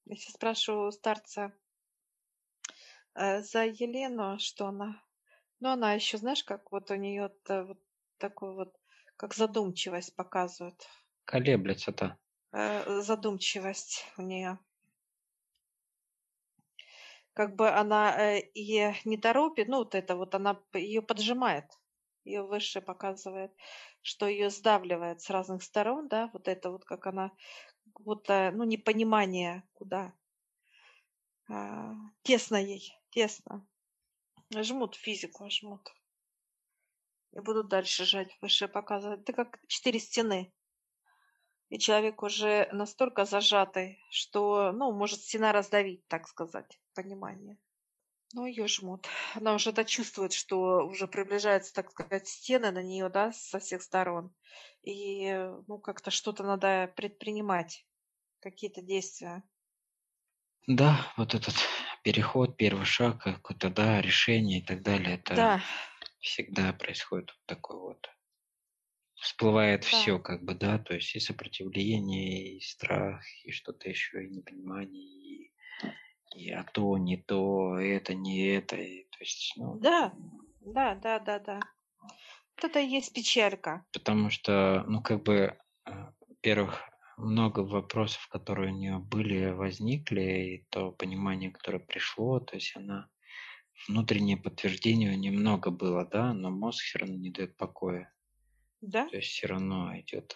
Если спрашиваю у старца за Елену, что она, ну, она еще, знаешь, как вот у нее вот такой вот, как задумчивость показывает. Колеблется-то. Задумчивость у нее. Как бы она и не торопит, ну, вот это вот она ее поджимает, ее выше показывает, что ее сдавливает с разных сторон, да, вот это вот как она, как будто, ну, непонимание, куда. Тесно ей, тесно. Жмут физику, жмут. И будут дальше жать, выше показывать. Это как 4 стены. И человек уже настолько зажатый, что, ну, может стена раздавить, так сказать, понимание. Ну, ее жмут. Она уже чувствует, что уже приближаются, так сказать, стены на нее, да, со всех сторон. И, ну, как-то что-то надо предпринимать, какие-то действия. Да, вот этот переход, первый шаг, какое-то, да, решение и так далее, это Да, всегда происходит вот такой вот. Всплывает да. все, как бы, да, то есть и сопротивление, и страх, и что-то еще, и непонимание, и то, не то, и это, не это, и, то есть, ну, Да, да, да, да, да. Вот это и есть печалька. потому что, ну, как бы, во-первых, много вопросов, которые у нее были, возникли, и то понимание, которое пришло, то есть она внутреннее подтверждение немного было, да, но мозг все равно не дает покоя. Да? То есть все равно идет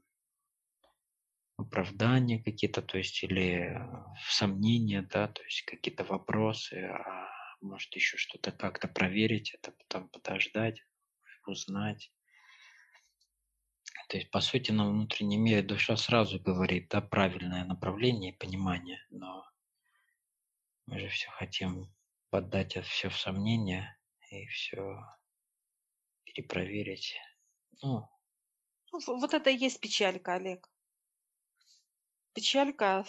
оправдания какие-то, то есть или сомнения, да, то есть какие-то вопросы, может еще что-то как-то проверить, это потом подождать, узнать. То есть, по сути, на внутреннем мире душа сразу говорит, да, правильное направление и понимание, но мы же все хотим поддать это все в сомнение и все перепроверить. Ну, Ну, вот это и есть печалька, Олег. Печалька,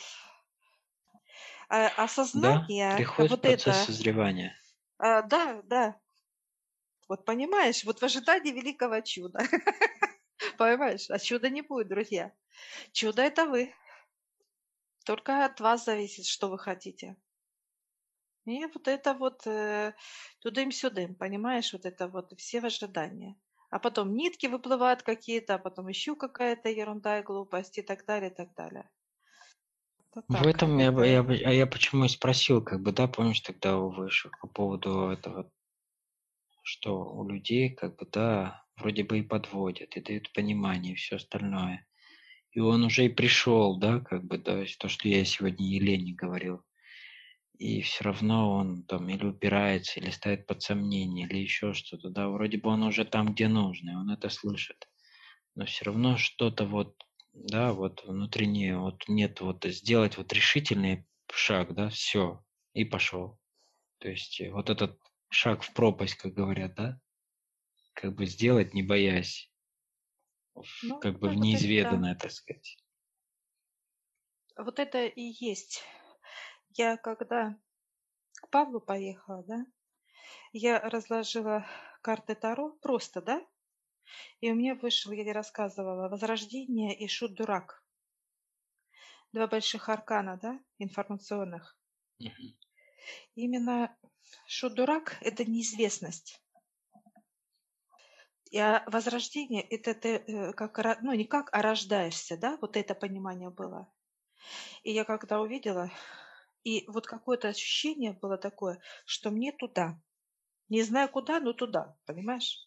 да, осознание, приходит вот процесс это, созревания. да, да, вот понимаешь, вот в ожидании великого чуда, понимаешь, а чуда не будет, друзья. Чудо это вы, только от вас зависит, что вы хотите. И вот это вот тудым-сюдым, понимаешь, вот это вот все в ожидании. А потом нитки выплывают какие-то, а потом еще какая-то ерунда и глупость и так далее, и так далее. Это В так, этом это я почему и спросил, как бы, да, помнишь тогда у высших по поводу этого, что у людей, как бы, да, вроде бы и подводят, и дают понимание, и все остальное. И он уже и пришел, да, как бы, да, то есть то, что я сегодня Елене говорил. И все равно он там или упирается, или ставит под сомнение, или еще что-то, да, вроде бы он уже там, где нужно, и он это слышит. Но все равно что-то вот, да, вот внутреннее, вот нет, вот сделать вот решительный шаг, да, все, и пошел. То есть вот этот шаг в пропасть, как говорят, да, как бы сделать, не боясь, ну, как бы в вот это да. неизведанное, так сказать. Вот это и есть. Я когда к Павлу поехала, да, я разложила карты Таро просто, да, и у меня вышел, я тебе рассказывала, Возрождение и Шут-Дурак. Два больших аркана, да, информационных. Мгм. Именно Шут-Дурак– это неизвестность. Возрождение– это ты как, ну не как, а рождаешься, да, вот это понимание было. И я когда увидела, и вот какое-то ощущение было такое, что мне туда. Не знаю куда, но туда, понимаешь?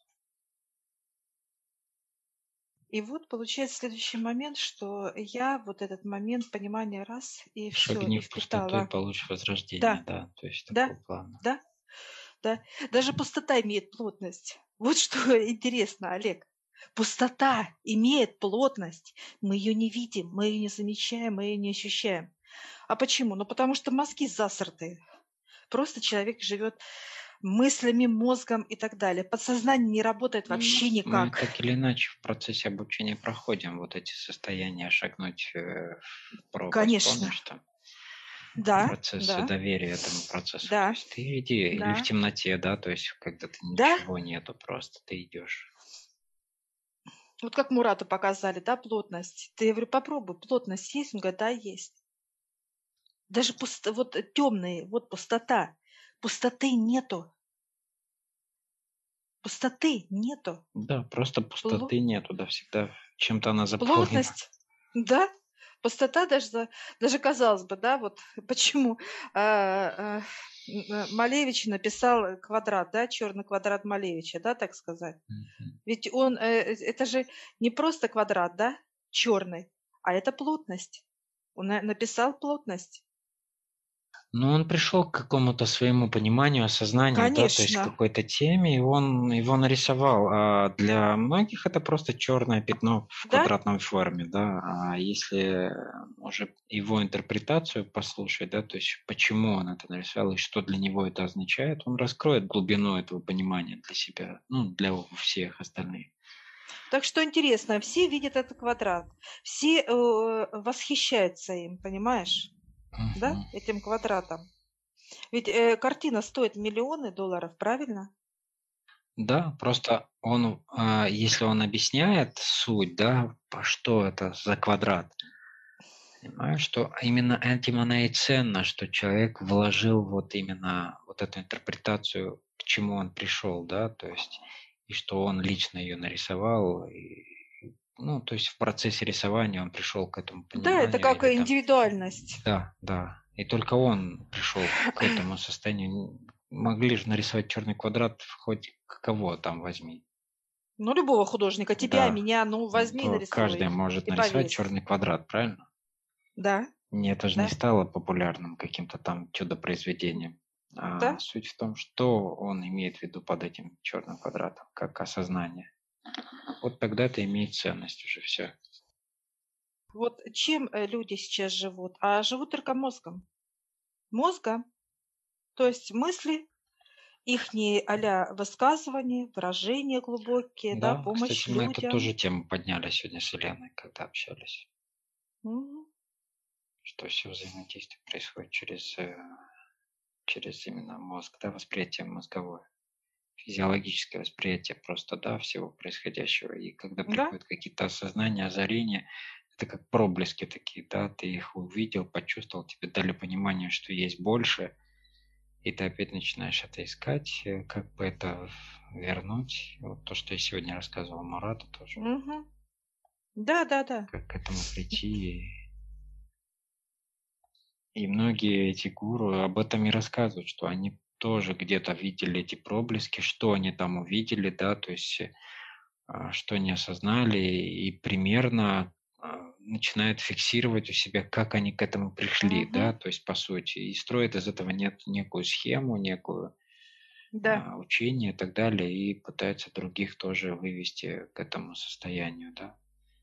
И вот получается следующий момент, что я вот этот момент понимания раз и все, Шагни и в пустоту и впитала. получишь возрождение, Да, да, то есть да, такого плана. да, да. Даже пустота имеет плотность. Вот что интересно, Олег. Пустота имеет плотность. Мы ее не видим, мы ее не замечаем, мы ее не ощущаем. А почему? Ну, потому что мозги засрты. Просто человек живет мыслями, мозгом и так далее. Подсознание не работает Ну, вообще мы никак. так или иначе в процессе обучения проходим вот эти состояния, шагнуть в пропасть, Конечно. помнишь там? Да, Процесс да, доверия этому процессу. То да, есть ты иди, или в да, темноте, да, то есть когда ты да. ничего нету, просто ты идешь. Вот как Мурату показали, да, плотность. Ты, я говорю, попробуй, плотность есть? Он говорит, да, есть. Даже вот темные, вот пустота. Пустоты нету. Пустоты нету. Да, просто Пло- пустоты нету, да, всегда чем-то она заполнена. Плотность, да? Пустота даже казалось бы, да, вот почему Малевич написал квадрат, да, черный квадрат Малевича, да, так сказать. Мгм. Ведь это же не просто квадрат, да, черный, а это плотность. Он написал плотность. Но он пришел к какому-то своему пониманию, осознанию, да, то есть к Конечно, какой-то теме, и он его нарисовал. А для многих это просто черное пятно в да, квадратной форме, да. А если уже его интерпретацию послушать, да, то есть почему он это нарисовал и что для него это означает, он раскроет глубину этого понимания для себя, ну, для всех остальных. так что интересно, все видят этот квадрат, все восхищаются им, понимаешь, да, Мгм. этим квадратом. Ведь картина стоит миллионы долларов, правильно? Да, просто он, если он объясняет суть, да, что это за квадрат, понимаешь, что именно этим она и ценна, что человек вложил вот именно вот эту интерпретацию, к чему он пришел, да, то есть, и что он лично ее нарисовал, и, ну, то есть в процессе рисования он пришел к этому Да, это пониманию, как или там, индивидуальность. да, да, и только он пришел к этому состоянию. Могли же нарисовать черный квадрат хоть кого там возьми. Ну, любого художника, тебя, Да, меня, ну, возьми, каждый нарисуй может и нарисовать повесь. черный квадрат, правильно? Да, Не, это же не да, стало популярным каким-то там чудо-произведением. А да. суть в том, что он имеет в виду под этим черным квадратом, как осознание. Вот тогда это имеет ценность уже все. Вот чем люди сейчас живут? А живут только мозгом. Мозгом, то есть мысли, ихние а-ля высказывания, выражения глубокие, да, Да, помощь кстати, мы эту тоже людям. тему подняли сегодня с Еленой, когда общались, Мгм. что все взаимодействие происходит через именно мозг, да, восприятие мозговое, физиологическое восприятие просто, да, всего происходящего. И когда Да, приходят какие-то осознания, озарения, это как проблески такие, да, ты их увидел, почувствовал, тебе дали понимание, что есть больше, и ты опять начинаешь это искать, как бы это вернуть. Вот то, что я сегодня рассказывал Марату тоже, мгм. Да, да, да. как к этому прийти. И многие эти гуру об этом и рассказывают, что они тоже где-то видели эти проблески, что они там увидели, да, то есть что они осознали и примерно начинают фиксировать у себя, как они к этому пришли, да, Мгм. то есть по сути, и строят из этого некую схему, некую Да. учение и так далее, и пытаются других тоже вывести к этому состоянию, да.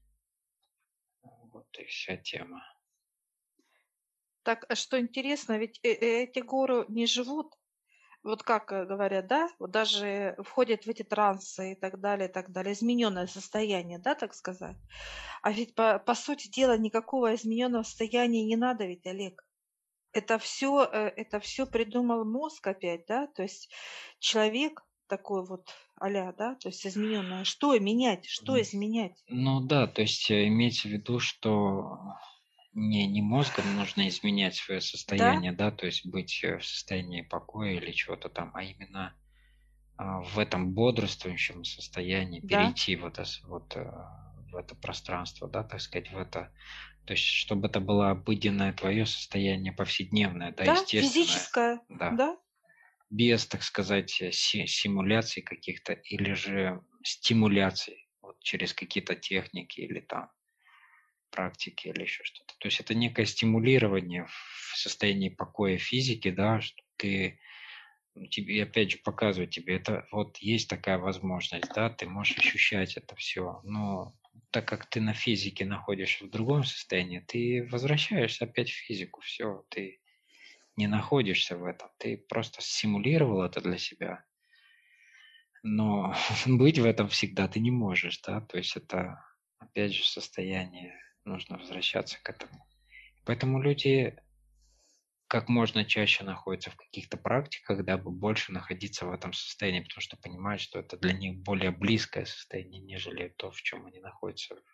Вот и вся тема. Так, что интересно, ведь эти горы не живут, вот как говорят, да, вот даже входят в эти трансы и так далее, измененное состояние, да, так сказать. А ведь по сути дела никакого измененного состояния не надо ведь, Олег. Это все придумал мозг опять, да, то есть человек такой вот а-ля, да, то есть измененное. Что менять? Что изменять? Ну да, то есть имеется в виду, что не мозгом нужно изменять свое Да, состояние, да, то есть быть в состоянии покоя или чего-то там, а именно в этом бодрствующем состоянии да, перейти в это пространство, да, так сказать, то есть чтобы это было обыденное твое состояние повседневное, да, да, естественное, физическое, да, да, без, так сказать, симуляций каких-то или же стимуляций вот, через какие-то техники или там практики или еще что-то. То есть это некое стимулирование в состоянии покоя физики, да, что ты тебе опять же показывает тебе, это вот есть такая возможность, да, ты можешь ощущать это все, но так как ты на физике находишься в другом состоянии, ты возвращаешься опять в физику, все, ты не находишься в этом, ты просто симулировал это для себя, но быть в этом всегда ты не можешь, да, то есть это опять же состояние, нужно возвращаться к этому. Поэтому люди как можно чаще находятся в каких-то практиках, дабы больше находиться в этом состоянии, потому что понимают, что это для них более близкое состояние, нежели то, в чем они находятся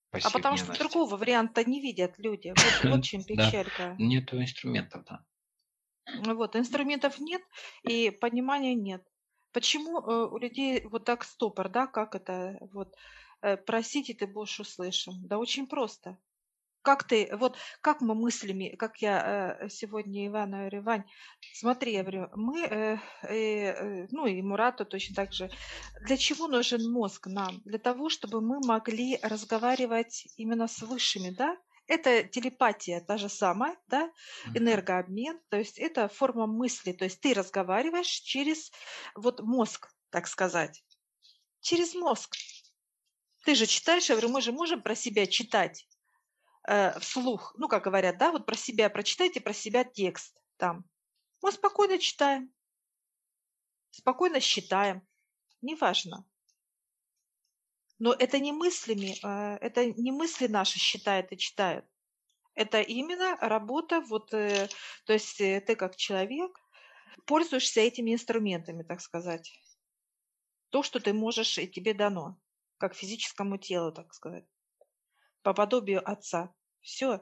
А потому что повседневности. другого варианта не видят люди. Вот в чем Да, печалька. нету инструментов, да. Вот, инструментов нет и понимания нет. Почему, у людей вот так стопор, да, как это вот, "просить, и ты будешь услышан"? Да очень просто. Как ты, вот как мы мыслями, как я, сегодня Ивану говорю: "Вань, смотри, я говорю, мы, ну и Мурату точно так же, для чего нужен мозг нам? Для того, чтобы мы могли разговаривать именно с высшими, да? Это телепатия та же самая, да, Мгм. энергообмен, то есть это форма мысли, то есть ты разговариваешь через вот мозг, так сказать, через мозг. Ты же читаешь, я говорю, мы же можем про себя читать вслух, ну, как говорят, да, вот про себя прочитайте, про себя текст там. Мы спокойно читаем, спокойно считаем, неважно. Но это не мыслями, это не мысли наши считают и читают. Это именно работа, вот, то есть ты как человек пользуешься этими инструментами, так сказать. То, что ты можешь, и тебе дано, как физическому телу, так сказать, по подобию Отца. Все.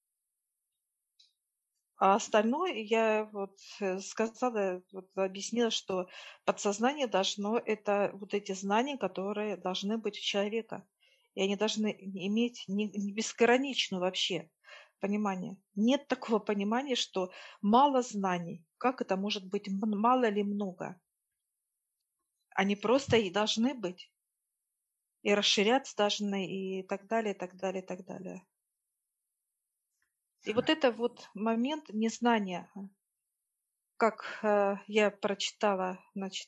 А остальное я вот, сказала, вот объяснила, что подсознание должно это вот эти знания, которые должны быть у человека. И они должны иметь не безграничную вообще понимание. Нет такого понимания, что мало знаний. Как это может быть мало или много? Они просто и должны быть, и расширяться должны, и так далее, и так далее, и так далее. И вот это вот момент незнания, как, я прочитала, значит,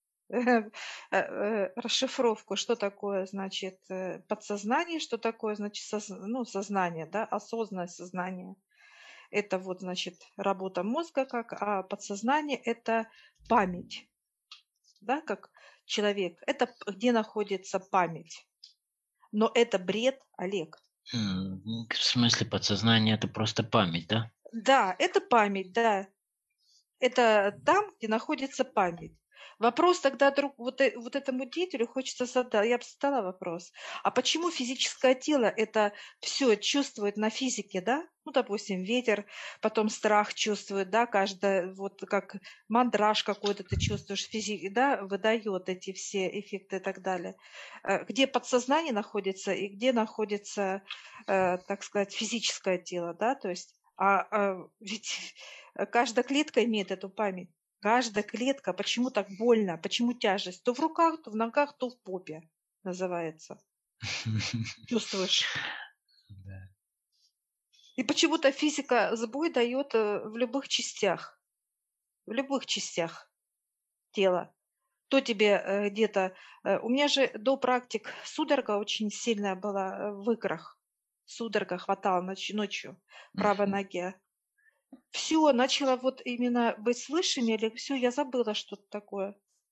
расшифровку, что такое, значит, подсознание, что такое, значит, ну, сознание, да, осознанное сознание. Это вот, значит, работа мозга как, а подсознание – это память, да, как человек. Это где находится память. Но это бред, Олег. В смысле подсознание это просто память, да? Да, это память, да. Это там, где находится память. Вопрос тогда вот этому деятелю хочется задать. Я бы задала вопрос. А почему физическое тело это все чувствует на физике, да? Ну, допустим, ветер, потом страх чувствует, да, каждая, вот как мандраж какой-то ты чувствуешь, да, выдает эти все эффекты и так далее. Где подсознание находится и где находится, так сказать, физическое тело, да, то есть, ведь каждая клетка имеет эту память. Каждая клетка. Почему так больно? Почему тяжесть? То в руках, то в ногах, то в попе называется. Чувствуешь? Да. И почему-то физика сбой дает в любых частях. В любых частях тела. То тебе где-то... У меня же до практик судорога очень сильная была в икрах. Судорога хватала ночью в правой Мгм. ноге. Все, начала вот именно быть с высшими, или все, я забыла, что это такое.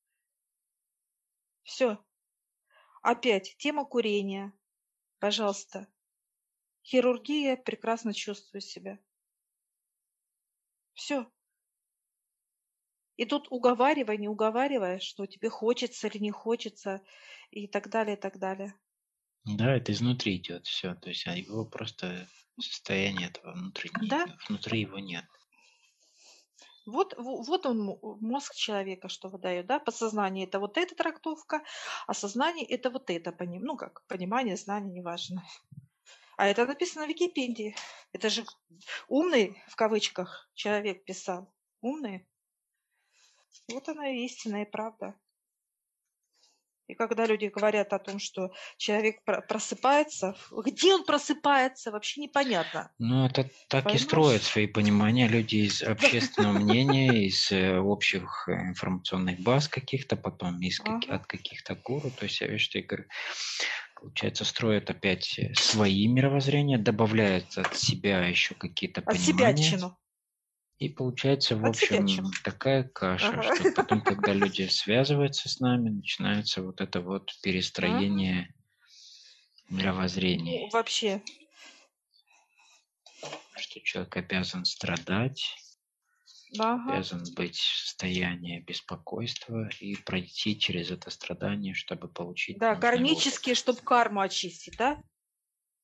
Все. Опять тема курения. Пожалуйста. Хирургия, прекрасно чувствую себя. Все. И тут уговаривай, не уговаривая, что тебе хочется или не хочется, и так далее, и так далее. Да, это изнутри идет все. То есть, его просто состояние этого Да, внутри его нет. вот он, мозг человека, что выдает, да, подсознание это вот эта трактовка, а сознание это вот это, ну как, понимание, знание, неважно. А это написано в Википедии. Это же умный, в кавычках, человек писал. Умный. Вот она и истинная и правда. И когда люди говорят о том, что человек просыпается, где он просыпается, вообще непонятно. Ну, это так и строят Поймаешь? свои понимания люди из Да. общественного мнения, из общих информационных баз каких-то, потом Ага. от каких-то гуру. То есть я вижу, что Игорь, получается, строят опять свои мировоззрения, добавляют от себя еще какие-то От понимания. себятщину. И получается, в От общем, себятщину. такая каша, Ага. что потом, когда люди связываются с нами, начинается вот это вот Мгм. перестроение Ну, мировоззрений, вообще. что человек обязан страдать, Ага. обязан быть в состоянии беспокойства и пройти через это страдание, чтобы получить Да, нужный опыт. кармические, чтобы карму очистить, да?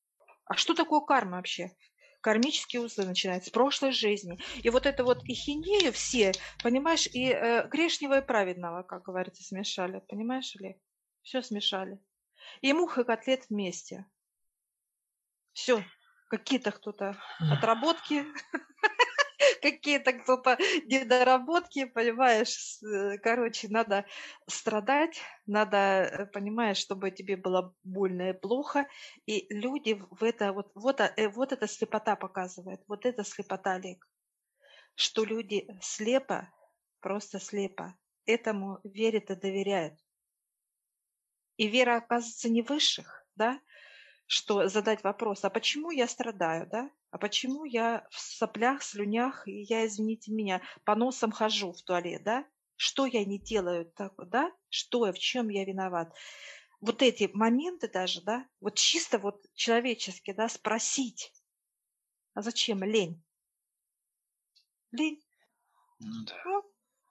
А что такое карма вообще? Кармические узлы начинаются с прошлой жизни. И вот это вот ихинею все, понимаешь, и грешнего и праведного, как говорится, смешали. Понимаешь ли? Все смешали. И мух, и котлет вместе. Все. Какие-то кто-то отработки, какие-то кто-то недоработки, понимаешь. Короче, надо страдать, надо, понимаешь, чтобы тебе было больно и плохо. И люди в это, вот эта слепота показывает, вот эта слепота, Олег, что люди слепо, просто слепо этому верят и доверяют. И вера, оказывается, не высших, да, что задать вопрос, а почему я страдаю, да? А почему я в соплях, слюнях, и я, извините меня, по носам хожу в туалет, да? Что я не делаю так, да? Что я, в чем я виноват? Вот эти моменты даже, да, вот чисто вот человечески, да, спросить, а зачем лень? Лень, Ну да. ну,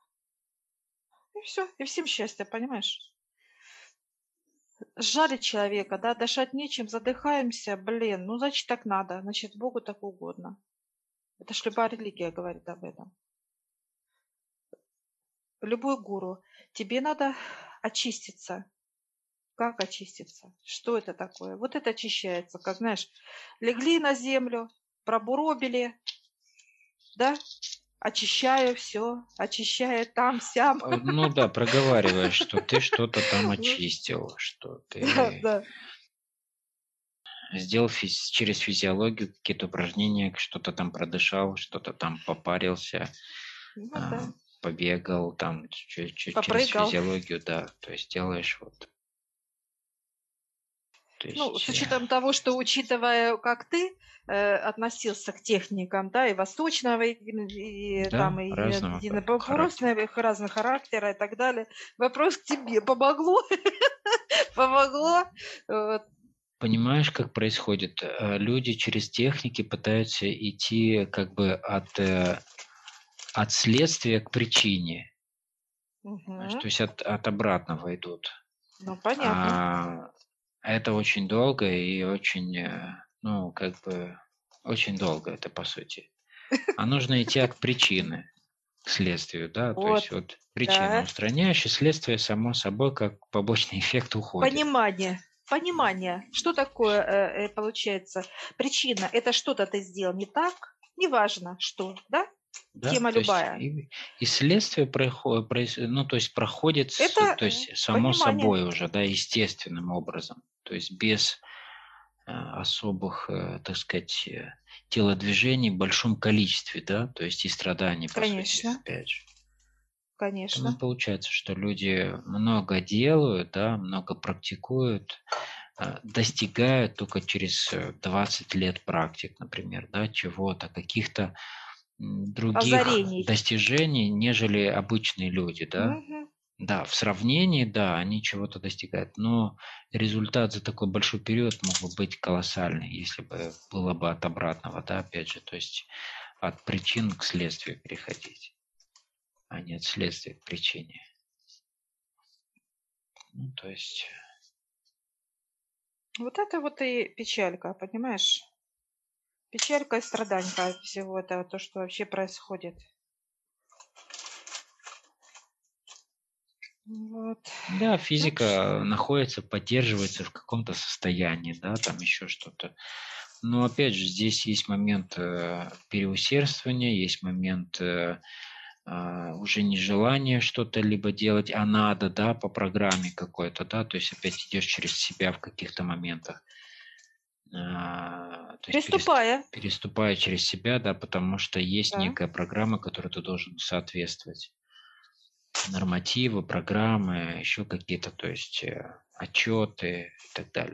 и все, и всем счастья, понимаешь? Жарить человека, да, дышать нечем, задыхаемся, блин, ну, значит, так надо, значит, Богу так угодно. Это ж любая религия говорит об этом. Любой гуру. Тебе надо очиститься. Как очиститься? Что это такое? Вот это очищается, как, знаешь, легли на землю, пробуробили, да, очищаю все, очищаю там, сям. Ну да, проговариваешь, что ты что-то там Вот. очистил, что Да, ты да. сделал через физиологию какие-то упражнения, что-то там продышал, что-то там попарился, Ну а, да. побегал там через Попрыгал. физиологию, да, то есть делаешь вот, то Ну, с есть, учетом того, что, учитывая, как ты относился к техникам, да, и восточного, и там, да, и разного характера. единоборственного, их разных характера и так далее, вопрос к тебе. Помогло? Помогло? Вот. Понимаешь, как происходит? Люди через техники пытаются идти как бы от следствия к причине. Понимаешь? Мгм. То есть от обратного идут. Ну, понятно. А это очень долго и очень, ну, как бы, очень долго это по сути. А нужно идти от причины к следствию, да, то есть Вот. вот причину Да. устраняешь, и следствие само собой как побочный эффект уходит. Понимание. Понимание. Что такое, получается, причина? Это что-то ты сделал не так, неважно что, да? Да, Тема то есть любая. и следствие ну, то есть проходит, Это то есть само понимание. собой уже, да, естественным образом, то есть без особых, так сказать, телодвижений в большом количестве, да, то есть и страданий, по сути, Конечно. опять же. Поэтому Конечно. получается, что люди много делают, да, много практикуют, достигают только через 20 лет практик, например, да, чего-то, каких-то других Озарений. достижений, нежели обычные люди, да. Мгм. Да, в сравнении, да, они чего-то достигают, но результат за такой большой период мог бы быть колоссальный, если бы было бы от обратного, да, опять же, то есть от причин к следствию переходить, а не от следствия к причине. Ну, то есть, Вот это вот и печалька, понимаешь? Печалька и страданька от всего этого, то, что вообще происходит. Вот. да, Так что, физика находится, поддерживается в каком-то состоянии, да, там еще что-то. Но опять же, здесь есть момент переусердствования, есть момент уже нежелание что-то либо делать, а надо, да, по программе какой-то, да, то есть опять идешь через себя в каких-то моментах, то есть приступая, переступая через себя, да, потому что есть да. некая программа, которой ты должен соответствовать. Нормативы, программы, еще какие-то, то есть отчеты и так далее.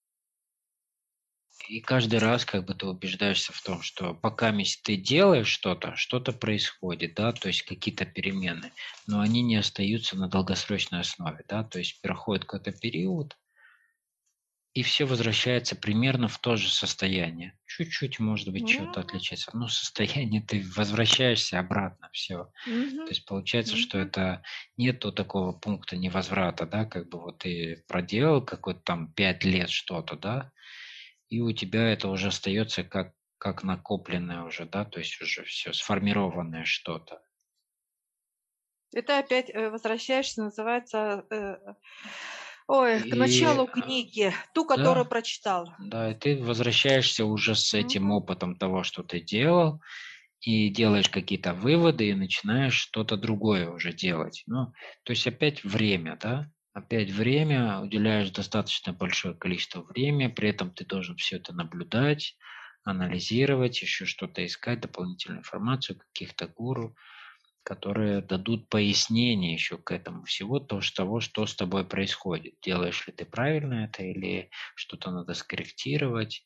И каждый раз как бы ты убеждаешься в том, что пока ты делаешь что-то, что-то происходит, да, то есть какие-то перемены, но они не остаются на долгосрочной основе, да, то есть проходит какой-то период, и все возвращается примерно в то же состояние. Чуть-чуть, может быть, что-то Мгм. отличается. Но состояние ты возвращаешься обратно, все. То Мгм. есть получается, что Мгм. это нету такого пункта невозврата, да, как бы вот ты проделал какой-то там 5 лет что-то, да, и у тебя это уже остается как накопленное уже, да, то есть уже все сформированное что-то. И ты опять возвращаешься, называется, ой, к И началу книги, ту, которую да, прочитал. да, и ты возвращаешься уже с этим Мгм. опытом того, что ты делал, и делаешь какие-то выводы, и начинаешь что-то другое уже делать. Ну, то есть опять время, да? Опять время, уделяешь достаточно большое количество времени, при этом ты должен все это наблюдать, анализировать, еще что-то искать, дополнительную информацию, каких-то гуру, которые дадут пояснение еще к этому всего, того, что с тобой происходит. Делаешь ли ты правильно это или что-то надо скорректировать,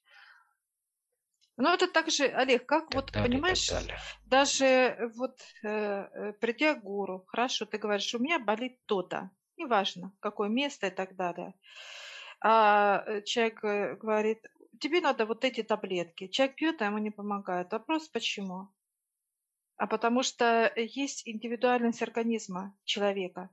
Ну, это так же, Олег, и как так вот, далее, и так понимаешь, далее. даже вот придя к гуру, хорошо, ты говоришь, у меня болит то-то, неважно, какое место и так далее. Человек говорит, тебе надо вот эти таблетки. Человек пьет, а ему не помогает. Вопрос, почему? А потому что есть индивидуальность организма человека.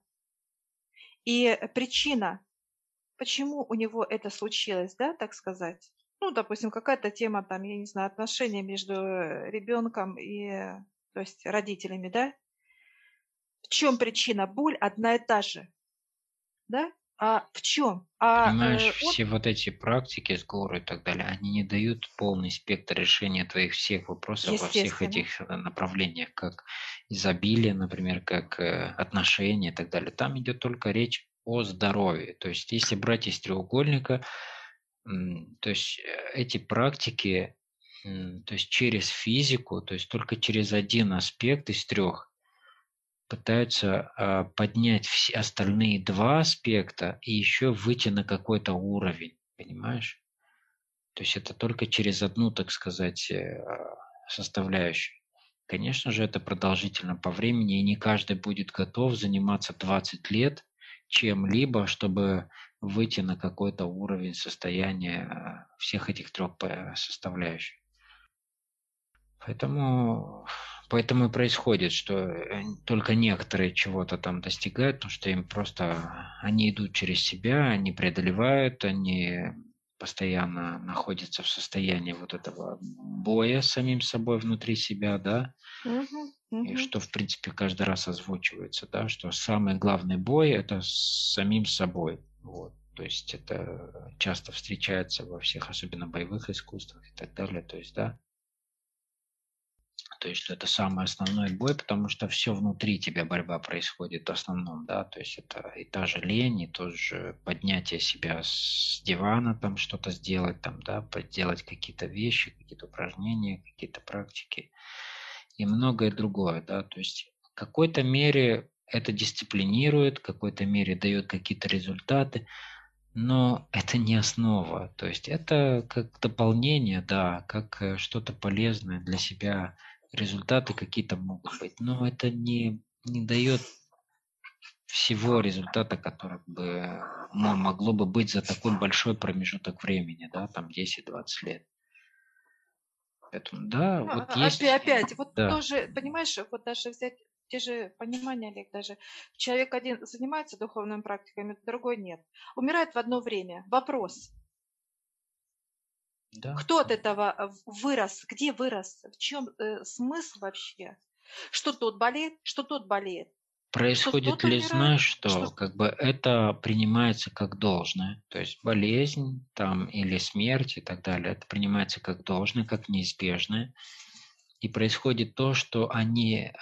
И причина, почему у него это случилось, да, так сказать. Ну, допустим, какая-то тема там, я не знаю, отношения между ребенком и, то есть родителями, да. В чем причина? Боль одна и та же, да? А в чем? Понимаешь, Он, все вот эти практики с гуру и так далее, они не дают полный спектр решения твоих всех вопросов во всех естественно. этих направлениях, как изобилие, например, как отношения и так далее. Там идет только речь о здоровье. То есть, если брать из треугольника, то есть эти практики, то есть через физику, то есть только через один аспект из трех пытаются поднять все остальные два аспекта и еще выйти на какой-то уровень, понимаешь? То есть это только через одну, так сказать, составляющую. Конечно же, это продолжительно по времени, и не каждый будет готов заниматься 20 лет чем-либо, чтобы выйти на какой-то уровень состояния всех этих трех составляющих. Поэтому и происходит, что только некоторые чего-то там достигают, потому что им просто они идут через себя, они преодолевают, они постоянно находятся в состоянии вот этого боя с самим собой внутри себя, да, Мгм, и мгм. что, в принципе, каждый раз озвучивается, да, что самый главный бой – это с самим собой. Вот. То есть это часто встречается во всех, особенно боевых искусствах и так далее. То есть, да, то есть что это самый основной бой, потому что все внутри тебя борьба происходит в основном, да, то есть это и та же лень, и то же поднятие себя с дивана, там что-то сделать, там, да, поделать какие-то вещи, какие-то упражнения, какие-то практики и многое другое, да, то есть в какой-то мере это дисциплинирует, в какой-то мере дает какие-то результаты, но это не основа, то есть это как дополнение, да, как что-то полезное для себя, результаты какие-то могут быть, но это не дает всего результата, который бы могло бы быть за такой большой промежуток времени, да, там 10-20 лет. Поэтому, да, Ну, вот есть, опять, вот да, тоже, понимаешь, вот даже взять те же понимания, Олег, даже человек один занимается духовными практиками, другой нет. Умирает в одно время. Вопрос, да, кто от этого вырос, где вырос, в чем смысл вообще? Что тот болеет, что тот болеет, что происходит тот ли, умирает, знаешь что... что, как бы это принимается как должное, то есть болезнь там или смерть и так далее, это принимается как должное, как неизбежное, и происходит то, что они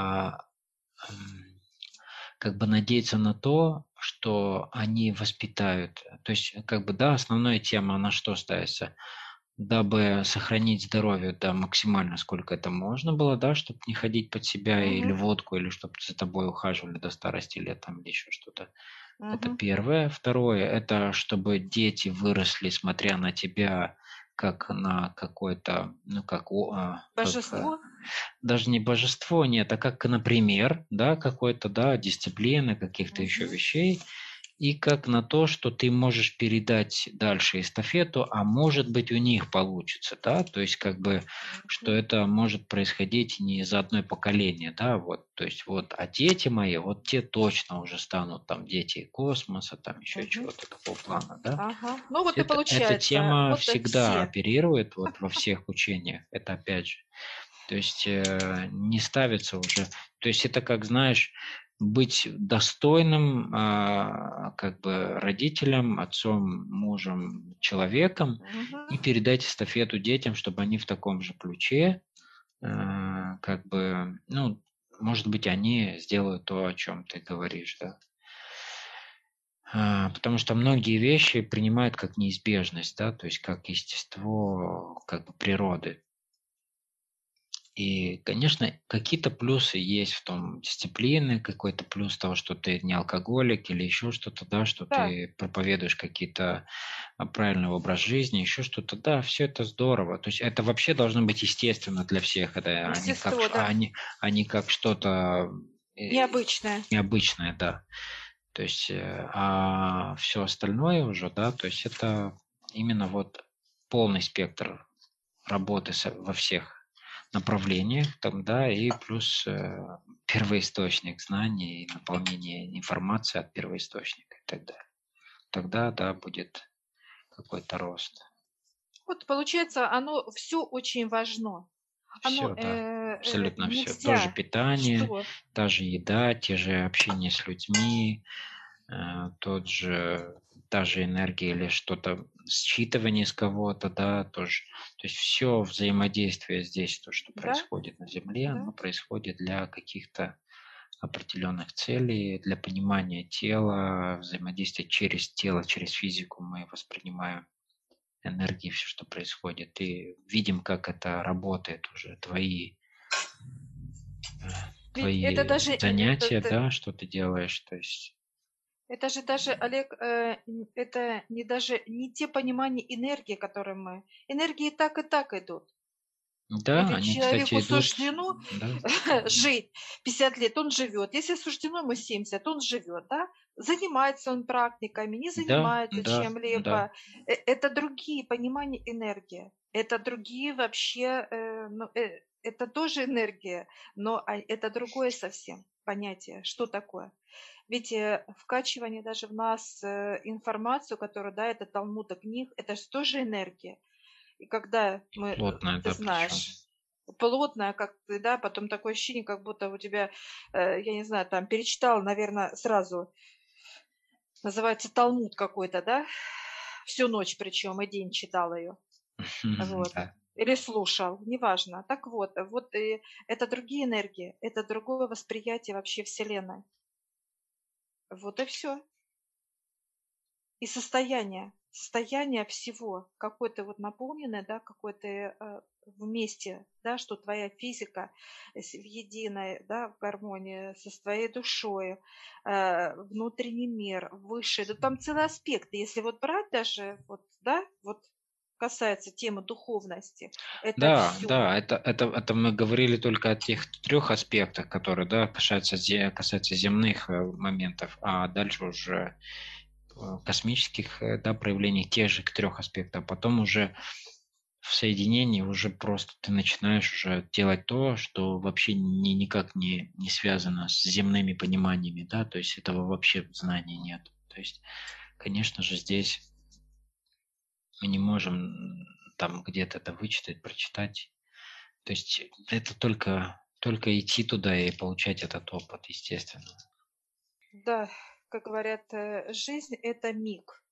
как бы надеются на то, что они воспитают, то есть как бы, да, основная тема на что ставится, дабы сохранить здоровье, да, максимально, сколько это можно было, да, чтобы не ходить под себя или Мгм, водку, или чтобы за тобой ухаживали до старости лет там или еще что-то. Это мгм. первое. Второе – это чтобы дети выросли, смотря на тебя, как на какое-то, ну, Божество? даже не божество, нет, а как, например, да, какой-то, да, дисциплины, каких-то еще Мгм. вещей. и как на то, что ты можешь передать дальше эстафету, а может быть у них получится, да, то есть как бы, что Мгм. это может происходить не за одно поколение, да, вот, то есть вот, а дети мои, вот те точно уже станут там дети космоса, там еще Мгм. чего-то такого плана, да. Ага. Ну вот и Эта получается, тема вот всегда все. оперирует вот во всех учениях, это опять же, то есть не ставится уже, то есть это как, знаешь, быть достойным как бы родителем, отцом, мужем, человеком Мгм. и передать эстафету детям, чтобы они в таком же ключе, как бы, ну, может быть, они сделают то, о чем ты говоришь, да. Потому что многие вещи принимают как неизбежность, да, то есть как естество как бы природы. И, конечно, какие-то плюсы есть в том дисциплины, какой-то плюс того, что ты не алкоголик или еще что-то, да, что Да, ты проповедуешь какие-то правильный образ жизни, еще что-то, да, все это здорово. То есть это вообще должно быть естественно для всех, это естество, да. а не как что-то Необычное. необычное, да. То есть, а все остальное уже, да, то есть это именно вот полный спектр работы во всех направлениях, там, да, и плюс первоисточник знаний, и наполнение информации от первоисточника и так далее. Тогда, да, будет какой-то рост. Вот получается, оно все очень важно. Оно Все, да, абсолютно все. Тоже нельзя. питание, Что? та же еда, те же общение с людьми, тот же, та же энергия или что-то, считывание с кого-то, да, тоже. То есть все взаимодействие здесь, то, что Да? происходит на Земле, Да? оно происходит для каких-то определенных целей, для понимания тела, взаимодействия через тело, через физику мы воспринимаем энергии, все, что происходит, и видим, как это работает уже, Ведь это твои даже, занятия, да, что ты делаешь, то есть это же даже, Олег, это не даже не те понимания энергии, которые мы. Энергии и так идут. Ну да, ведь они, кстати, человеку идут, суждено да, жить 50 лет, он живет. Если суждено ему 70, он живет, да? Занимается он практиками, не да, занимается да, да, чем-либо. Это другие понимания энергии. Это другие вообще, это тоже энергия, но это другое совсем понятие, что такое. Ведь вкачивание даже в нас информацию, которую, да, это Талмуд и книг, это же тоже энергия. И когда мы, плотная, ты да, причем. знаешь, плотная, как ты, да, потом такое ощущение, как будто у тебя, я не знаю, там перечитал, наверное, сразу, называется Талмуд какой-то, да, всю ночь причем и день читал ее, вот, Да, или слушал, неважно. Так вот, вот и это другие энергии, это другое восприятие вообще Вселенной. Вот и все. И состояние всего, какой то вот наполненный, да, какой ты, вместе, да, что твоя физика в единой, да, в гармонии со твоей душой, внутренний мир, высший. Да там целый аспект. Если вот брать даже, вот, да, вот касается темы духовности, это да, все. да, это мы говорили только о тех трех аспектах, которые, да, касаются земных моментов, а дальше уже космических, да, проявлений тех же трех аспектов. Потом уже в соединении уже просто ты начинаешь уже делать то, что вообще никак не связано с земными пониманиями, да, то есть этого вообще знания нет. То есть, конечно же, здесь мы не можем там где-то это вычитать, прочитать. То есть это только идти туда и получать этот опыт, естественно. Да, как говорят, жизнь — это миг.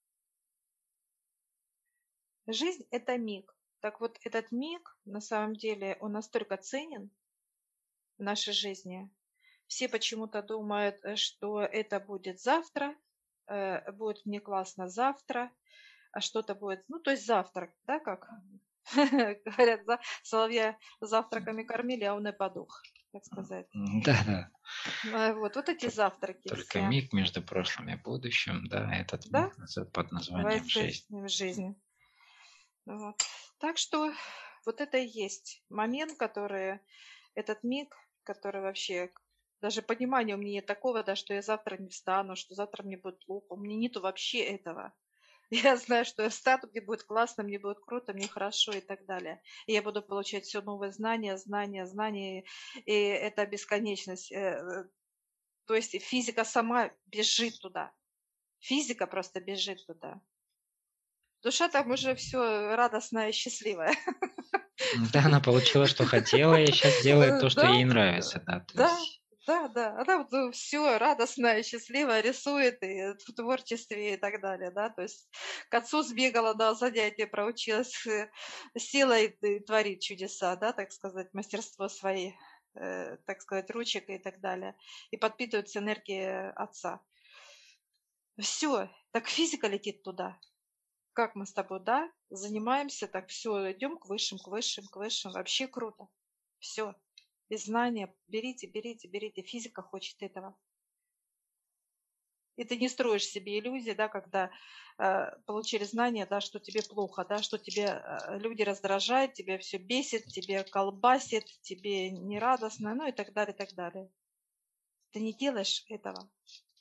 Жизнь — это миг. Так вот, этот миг, на самом деле, он настолько ценен в нашей жизни. Все почему-то думают, что это будет завтра, будет мне классно завтра, а что-то будет, ну, то есть завтрак, да, как говорят, соловья завтраками кормили, а он и подух, так сказать. Да, да. Вот, вот эти Т- завтраки Только все, миг между прошлым и будущим, да, этот да, миг под в названием жизнь. жизни. Вот. Так что вот это и есть момент, который, этот миг, который вообще Даже понимания у меня нет такого, да, что я завтра не встану, что завтра мне будет плохо. У меня нету вообще этого. Я знаю, что я встану, мне будет классно, мне будет круто, мне хорошо и так далее. И я буду получать все новые знания, знания, знания. И это бесконечность. То есть физика сама бежит туда. Физика просто бежит туда. Душа там уже все радостная и счастливая. Да, она получила, что хотела, и сейчас делает то, что Да, ей нравится, да, то да, есть, да, да. Она вот все радостная, счастливая, рисует и в творчестве и так далее, да. То есть к отцу сбегала на занятия, проучилась, села и творит чудеса, да, так сказать, мастерство свои, так сказать, ручек и так далее. И подпитывается энергией отца. Все, так физика летит туда. Как мы с тобой, да, занимаемся, так все идем к высшим, к высшим, к высшим. Вообще круто. Все. Без знания берите, берите, берите. Физика хочет этого. И ты не строишь себе иллюзии, да, когда получили знания, да, что тебе плохо, да, что тебе люди раздражают, тебя все бесит, тебе колбасит, тебе нерадостно, ну и так далее, и так далее. Ты не делаешь этого,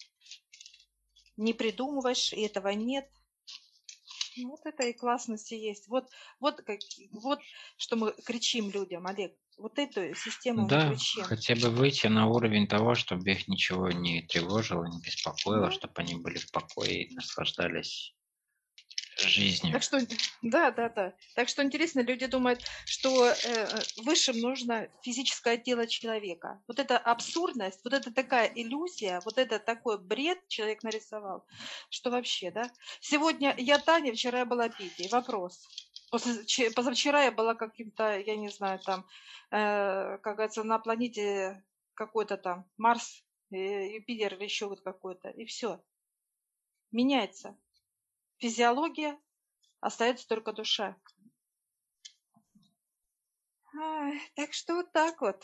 не придумываешь, и этого нет. Ну, вот это и классность и есть. Вот что мы кричим людям, Олег. Вот эту систему мы да, кричим. хотя бы выйти на уровень того, чтобы их ничего не тревожило, не беспокоило, Да? чтобы они были в покое и наслаждались жизнью. Так что, да, да, да. Так что интересно, люди думают, что высшим нужно физическое тело человека. Вот это абсурдность, вот это такая иллюзия, вот это такой бред человек нарисовал, что вообще, да? Сегодня я Таня, вчера я была Петей. Вопрос. Позавчера я была каким-то, я не знаю, там, как говорится, на планете какой-то там Марс, Юпитер или еще вот какой-то. И все. Меняется. Физиология, остается только душа. Ай, так что вот так вот.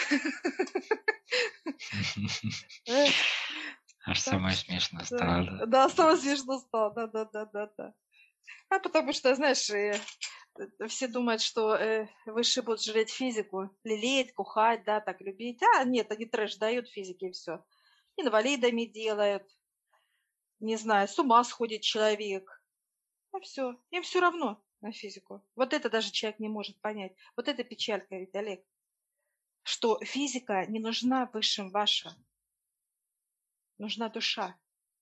Эх, Аж так самое что, смешно да. стало, да. Да, самое смешно стало, да-да-да-да-да. А потому что, знаешь, все думают, что высшие будут жалеть физику, лелеять, кухать, да, так любить. А нет, они трэш дают физике и все. Инвалидами делают, не знаю, с ума сходит человек. А все, им все равно на физику. Вот это даже человек не может понять. Вот это печалька ведь, Олег, что физика не нужна высшим вашим, нужна душа.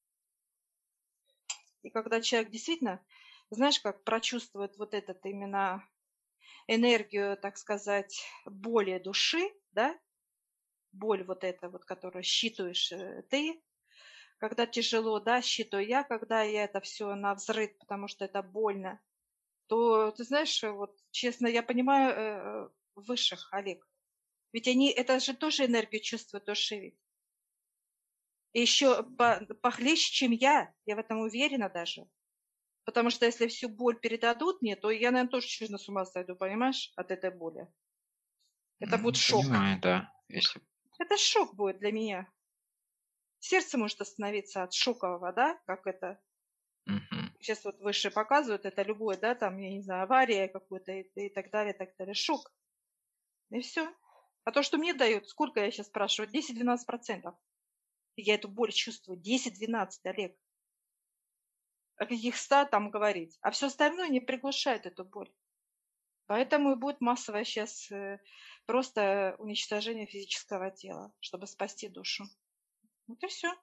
И когда человек действительно, знаешь, как прочувствует вот этот именно энергию, так сказать, боли души, да, боль вот эта вот, которую считываешь ты, когда тяжело, да, считаю я, когда я это все на взрыв, потому что это больно, то, ты знаешь, вот честно, я понимаю высших, Олег. Ведь они, это же тоже энергию чувствуют души ведь. И еще похлеще, чем я в этом уверена даже. Потому что если всю боль передадут мне, то я, наверное, тоже чуть с ума сойду, понимаешь, от этой боли. Это будет шок. Понимаю, да. Если Это шок будет для меня. Сердце может остановиться от шокового, да, как это мгм. сейчас вот выше показывают, это любое, да, там, я не знаю, авария какой-то и так далее, так далее. Шок. И все. А то, что мне дают, сколько я сейчас спрашиваю? 10-12%. Я эту боль чувствую. 10-12, Олег. О каких 100 там говорить? А все остальное не приглушает эту боль. Поэтому и будет массовое сейчас просто уничтожение физического тела, чтобы спасти душу. Вот и все.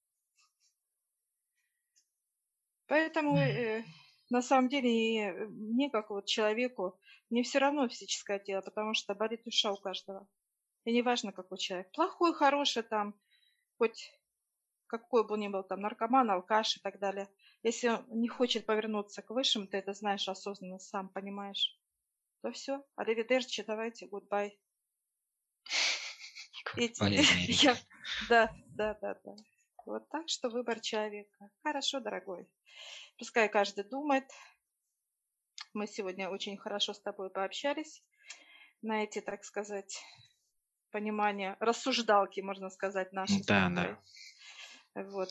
Поэтому на самом деле мне, как вот человеку, мне все равно физическое тело, потому что болит душа у каждого. И неважно, какой человек. Плохой, хороший там, хоть какой бы он ни был, там, наркоман, алкаш и так далее. Если он не хочет повернуться к высшим, ты это знаешь осознанно, сам понимаешь, то все. Аривидерчи, давайте, гудбай. Эти, Более Америки. я, да, да, да, да. Вот так что выбор человека. Хорошо, дорогой. Пускай каждый думает. Мы сегодня очень хорошо с тобой пообщались на эти, так сказать, понимания, рассуждалки, можно сказать, наши с Да, тобой. да. Вот.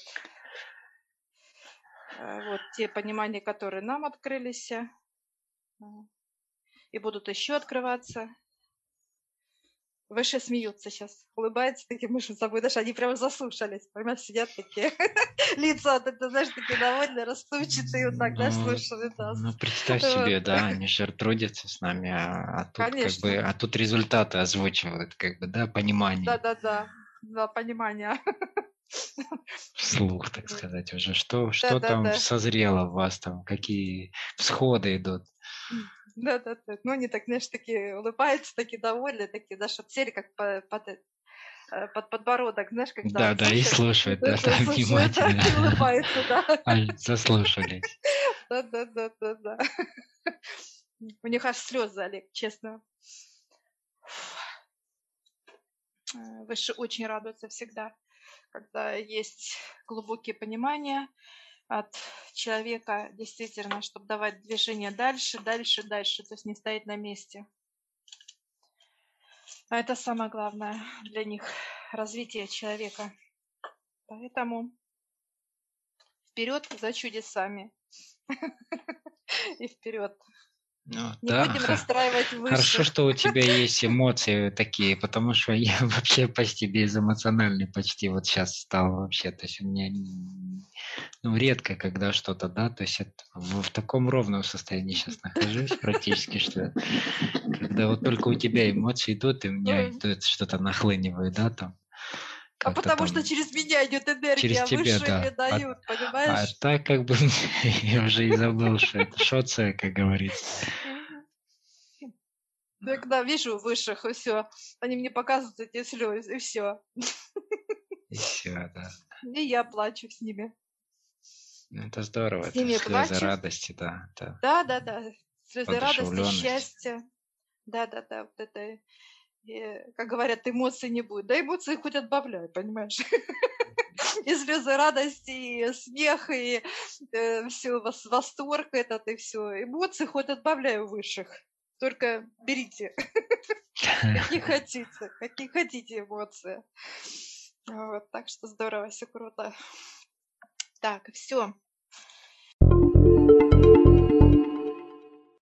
Вот те понимания, которые нам открылись и будут еще открываться. Выше смеются сейчас, улыбаются такие, мы же с собой даже, они прямо заслушались, понимаешь, сидят такие, лица, вот это, знаешь, такие довольные, расплывчатые, вот так, знаешь, Ну, слушают ну, нас. представь Вот. себе, да, они же трудятся с нами, а тут как бы, Конечно, а тут результаты озвучивают, как бы, да, понимание да-да-да, да, понимание. вслух, так Вот. сказать, уже. Что там Да-да-да. созрело в вас там, какие всходы идут. Да-да-да. Ну, они так, знаешь, такие улыбаются, такие довольные, такие, знаешь, вот сели как под подбородок, знаешь, когда Да, вот да, и слушают, слушают, да, это да, слушают внимательно. и улыбаются, да. Аж заслушались. Да-да-да-да-да. У них аж слезы, Олег, честно. Выше очень радуются всегда, когда есть глубокие понимания от человека, действительно, чтобы давать движение дальше, дальше, дальше, то есть не стоять на месте. А это самое главное для них, развитие человека. Поэтому вперед за чудесами и вперед. Ну Не да, будем расстраивать хорошо, высших. что у тебя есть эмоции такие, потому что я вообще почти безэмоциональный, почти вот сейчас стал вообще. То есть у меня ну, редко, когда что-то, да, то есть это в таком ровном состоянии сейчас нахожусь практически, что когда вот только у тебя эмоции идут, и у меня идет что-то нахлынивает, да, там, А как-то потому там что через меня идет через энергия, тебя, высшие мне да. дают, А понимаешь? так как бы я уже и забыл, что это шоция, как говорится. Я когда вижу высших, и все, они мне показывают эти слезы, и все. И все, да. И я плачу с ними. Ну, это здорово, С это ними слезы плачу. радости, да, это Да-да-да. Слезы радости, воодушевленность. счастья. Да-да-да. Вот это, как говорят, эмоций не будет. Да эмоции хоть отбавляй, понимаешь? И слезы радости, и смех, и все, восторг этот, и все. Эмоции хоть отбавляй у высших. Только берите, какие хотите эмоции. Вот, так что здорово, все круто. Так, все.